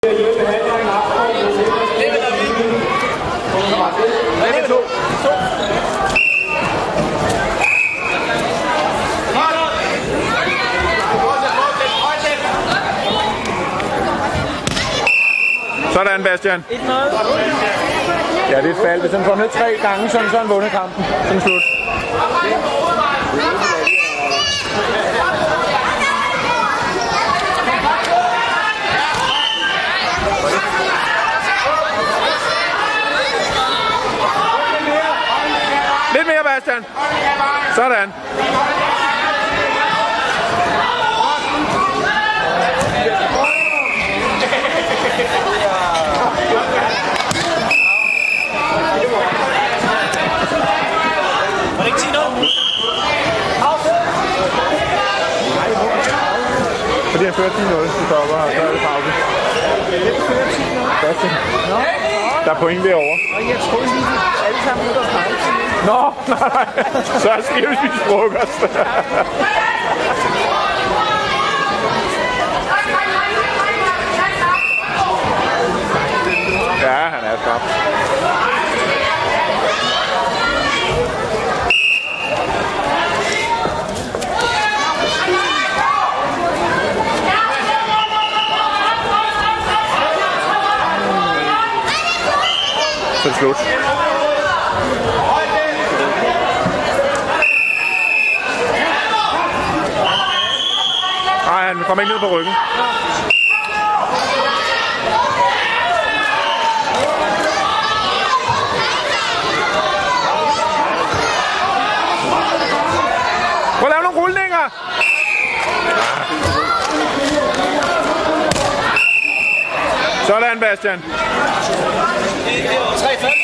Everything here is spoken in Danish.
Sådan, Bastian. 1-0. Ja, det er et fald. Hvis han får ned 3 gange, så har han vundet kampen. Sådan slut. Lidt mere, Bastian. Sådan. Var det ikke 10-0? Fordi han fører 10-0 til stopper, og så er det pause. Bastian. Der er point derovre. Og jeg troede lige, at alle sammen var pause. Nå, nej. Så skal vi spise frokost. Ja, han er skarp. Så er det slut. Nej, han kommer ikke ned på ryggen. Prøv at lave nogle rulninger! Sådan, Bastian. 3-5.